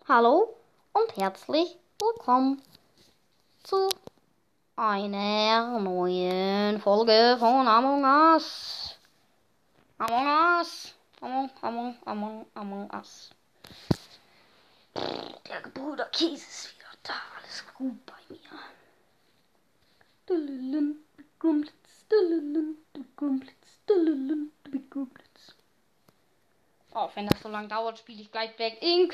Hallo und herzlich willkommen zu einer neuen Folge von Among Us. Among Us. Among Us. Der Gebrüder Käse ist wieder da. Alles gut bei mir. Oh, wenn das so lange dauert, spiele ich gleich Black Ink.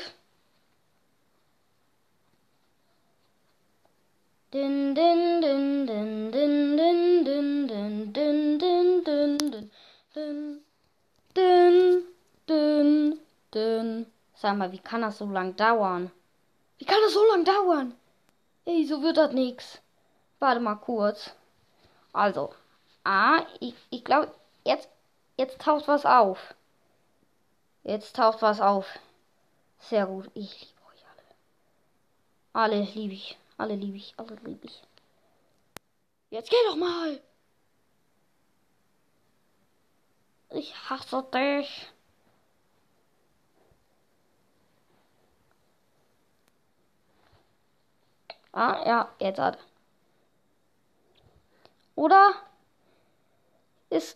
Dun, dun, dun, dun, dun, dun, dun, dun, dun, dun, dun, dun, dun, dun, dun. Sag mal, wie kann das so lang dauern? Wie kann das so lang dauern? Ey, so wird das nix. Warte mal kurz. Also, ich glaube, jetzt taucht was auf. Jetzt taucht was auf. Sehr gut. Ich liebe euch alle. Alle liebe ich. Alle liebe ich. Alle liebe ich. Jetzt geh doch mal. Ich hasse dich. Ah, ja, jetzt hat. Oder? Jetzt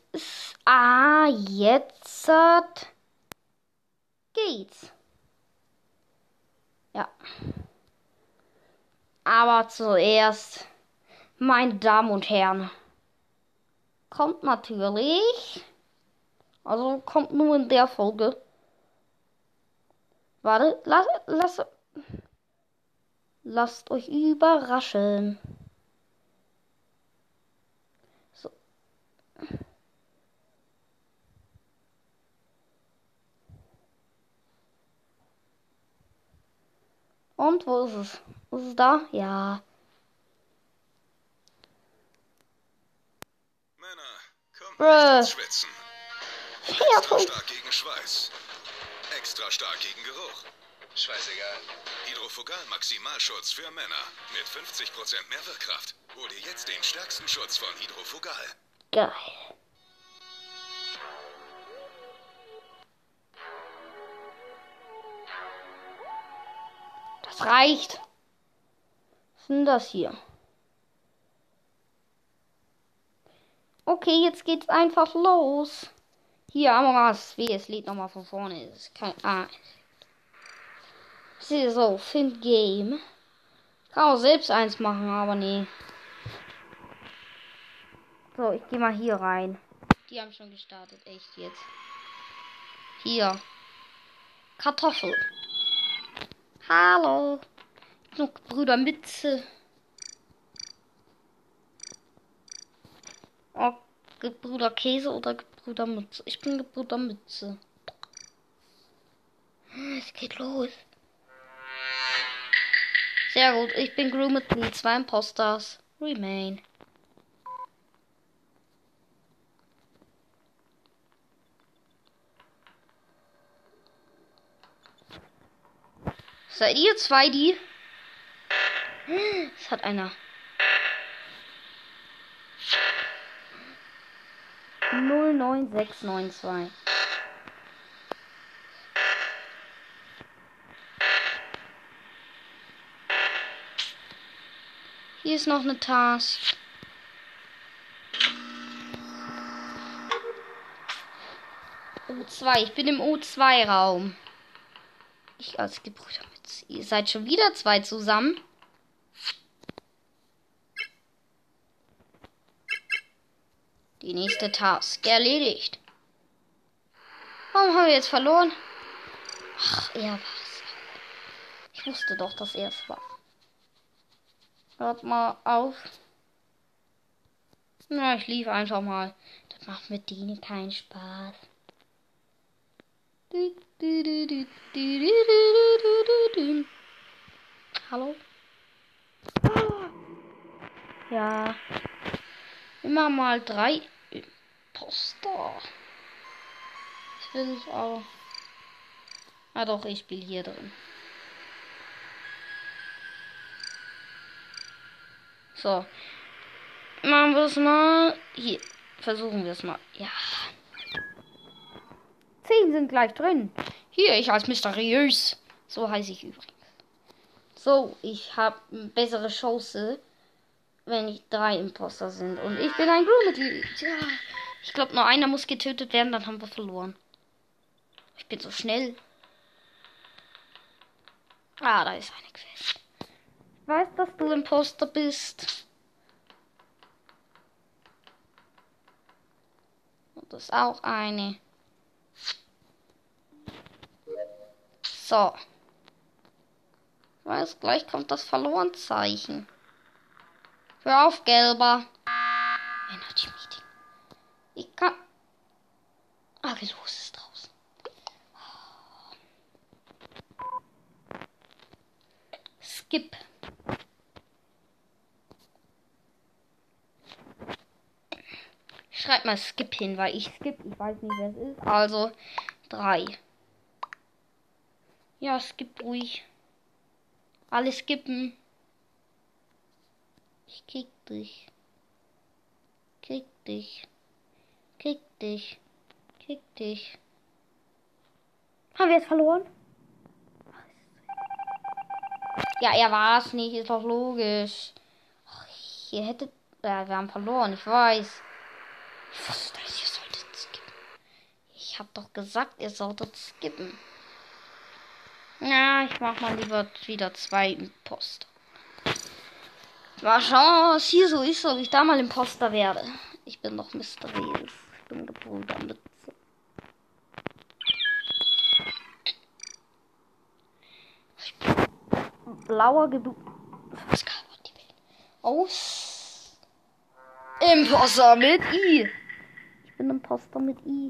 geht's. Ja. Aber zuerst, meine Damen und Herren, kommt natürlich, also kommt nur in der Folge. Warte, lasst euch überraschen. So. Und wo ist es? Ist es da? Ja. Männer, kommt nicht ins Schwitzen. Extra stark gegen Schweiß. Extra stark gegen Geruch. Scheißegal. Hydrofugal Maximalschutz für Männer. Mit 50% mehr Wirkkraft. Hol dir jetzt den stärksten Schutz von Hydrofugal. Geil. Das reicht. Was ist denn das hier? Okay, jetzt geht's einfach los. Hier, Among Us. Wie, es lädt nochmal von vorne. Ist kein. So, Find Game. Kann auch selbst eins machen, aber nee. So, ich gehe mal hier rein. Die haben schon gestartet, echt jetzt. Hier. Kartoffel. Hallo. Noch Brüder Mütze. Oh, Gebrüder Käse oder Gebrüder Mütze? Ich bin Gebrüder Mütze. Es geht los. Sehr gut, ich bin Crew mit 2 Imposters. Remain. Seid ihr 2 die? Es hat einer. 09692. Hier ist noch eine Task. O2. Ich bin im O2-Raum. Ich als Gebrüder mit. Ihr seid schon wieder 2 zusammen. Die nächste Task erledigt. Warum haben wir jetzt verloren? Ach, er war's. Ich wusste doch, dass er es war. Hört mal auf. Na, ich lief einfach mal. Das macht mit denen keinen Spaß. Hallo? Ja. Immer mal 3 Imposter. Das will ich auch. Ah doch, ich spiele hier drin. So. Machen wir es mal. Hier. Versuchen wir es mal. Ja. 10 sind gleich drin. Hier, ich als mysteriös. So heiße ich übrigens. So, ich habe eine bessere Chance, wenn ich 3 Imposter sind. Und ich bin ein Crewmitglied. Ja. Ich glaube, nur einer muss getötet werden, dann haben wir verloren. Ich bin so schnell. Ah, da ist eine Quest. Ich weiß, dass du Imposter bist. Und das ist auch eine. So. Ich weiß, gleich kommt das Verloren-Zeichen. Hör auf, Gelber. Energy Meeting. Ich kann... Ah, wie los ist draußen. Skip. Schreib mal Skip hin, weil ich skip. Ich weiß nicht, wer es ist. Also 3. Ja, skip ruhig. Alle skippen. Ich kick dich. Kick dich. Kick dich. Kick dich. Haben wir jetzt verloren? Ja, er war es nicht. Ist doch logisch. Ach, ihr hättet... Ja, wir haben verloren. Ich weiß. Ich wusste das. Ihr solltet skippen. Ich hab doch gesagt, ihr solltet skippen. Ja, ich mach mal lieber wieder 2 Imposter. Mal schauen, was hier so ist, ob ich da mal Imposter werde. Ich bin doch mysteriös. Ich bin geboren damit. Blauer Gebiet. Aus. Imposter mit I. Ich bin Imposter mit I.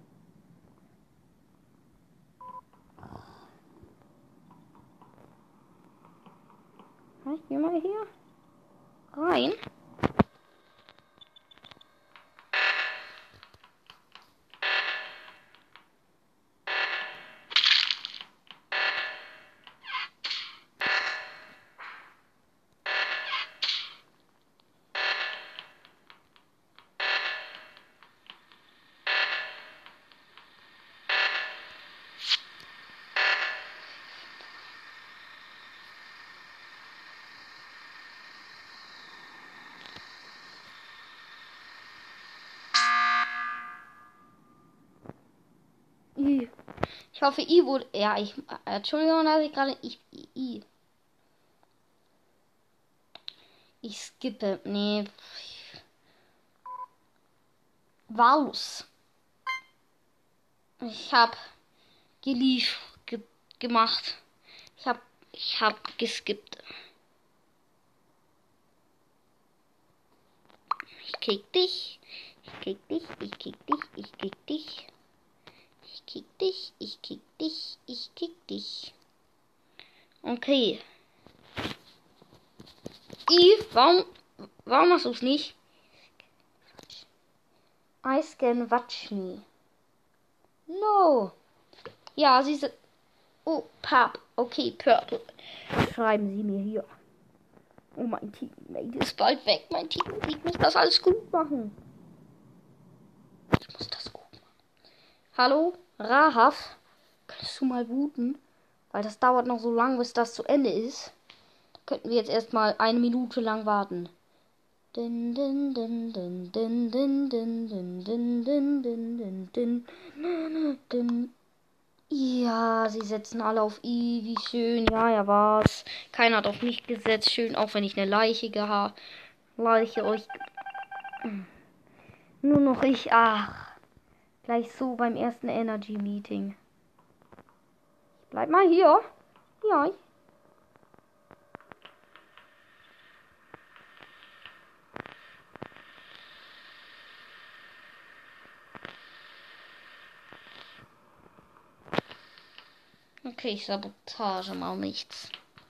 Ich geh mal hier rein. I. Ich hoffe, I wurde. Ja, Entschuldigung, dass ich gerade. I. Ich skippe. Nee. Walus. Ich hab gemacht. Ich hab geskippt. Ich kick dich. Ich kick dich. Ich kick dich. Ich kick dich. Ich kick dich. Ich kick dich. Ich kick dich. Okay. Warum machst du es nicht? I scan watch me. No. Ja, sie sind. Oh, Pap. Okay, Purple. Schreiben Sie mir hier. Oh, mein Teammate ist bald weg. Mein Teammate muss das alles gut machen. Ich muss das gut machen. Hallo, Rahaf. Könntest du mal wuten? Weil das dauert noch so lang, bis das zu Ende ist. Könnten wir jetzt erstmal 1 Minute lang warten. Ja, sie setzen alle auf I. Wie schön. Ja, ja, war's. Keiner hat auf mich gesetzt. Schön, auch wenn ich eine Leiche euch. Nur noch ich. Ach. Gleich so beim ersten Energy Meeting. Ich bleib mal hier. Ja. Okay, ich sabotage mal nichts.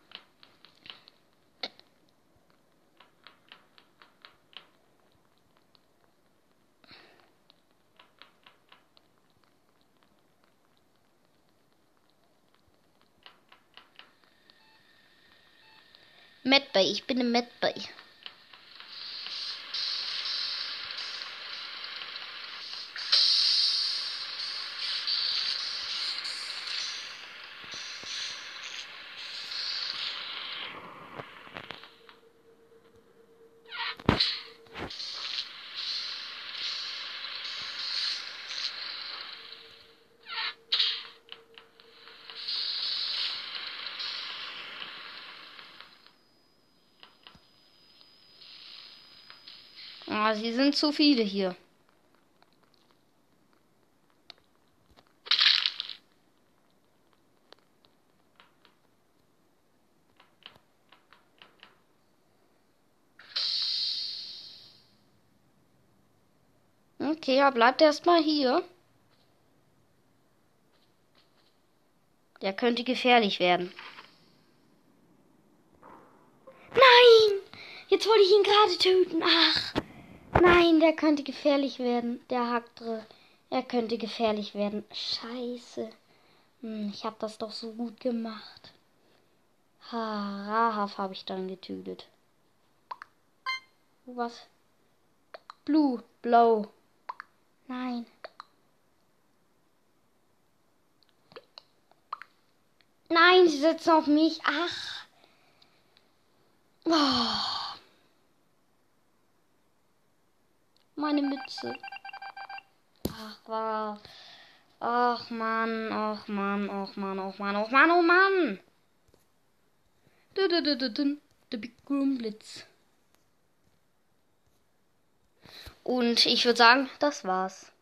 Medbay, ich bin im Medbay. Ah, sie sind zu viele hier. Okay, er bleibt erstmal hier. Der könnte gefährlich werden. Nein! Jetzt wollte ich ihn gerade töten. Ach. Nein, der könnte gefährlich werden. Der Hackdre. Er könnte gefährlich werden. Scheiße. Ich habe das doch so gut gemacht. Rahaf habe ich dann getötet. Was? Blue. Blau. Nein. Nein, sie setzen auf mich. Ach. Oh. Meine Mütze. Ach, war. Ach Mann, ach Mann, ach Mann, ach Mann, ach Mann, oh Mann. Der Big Room Blitz. Und ich würde sagen, das war's.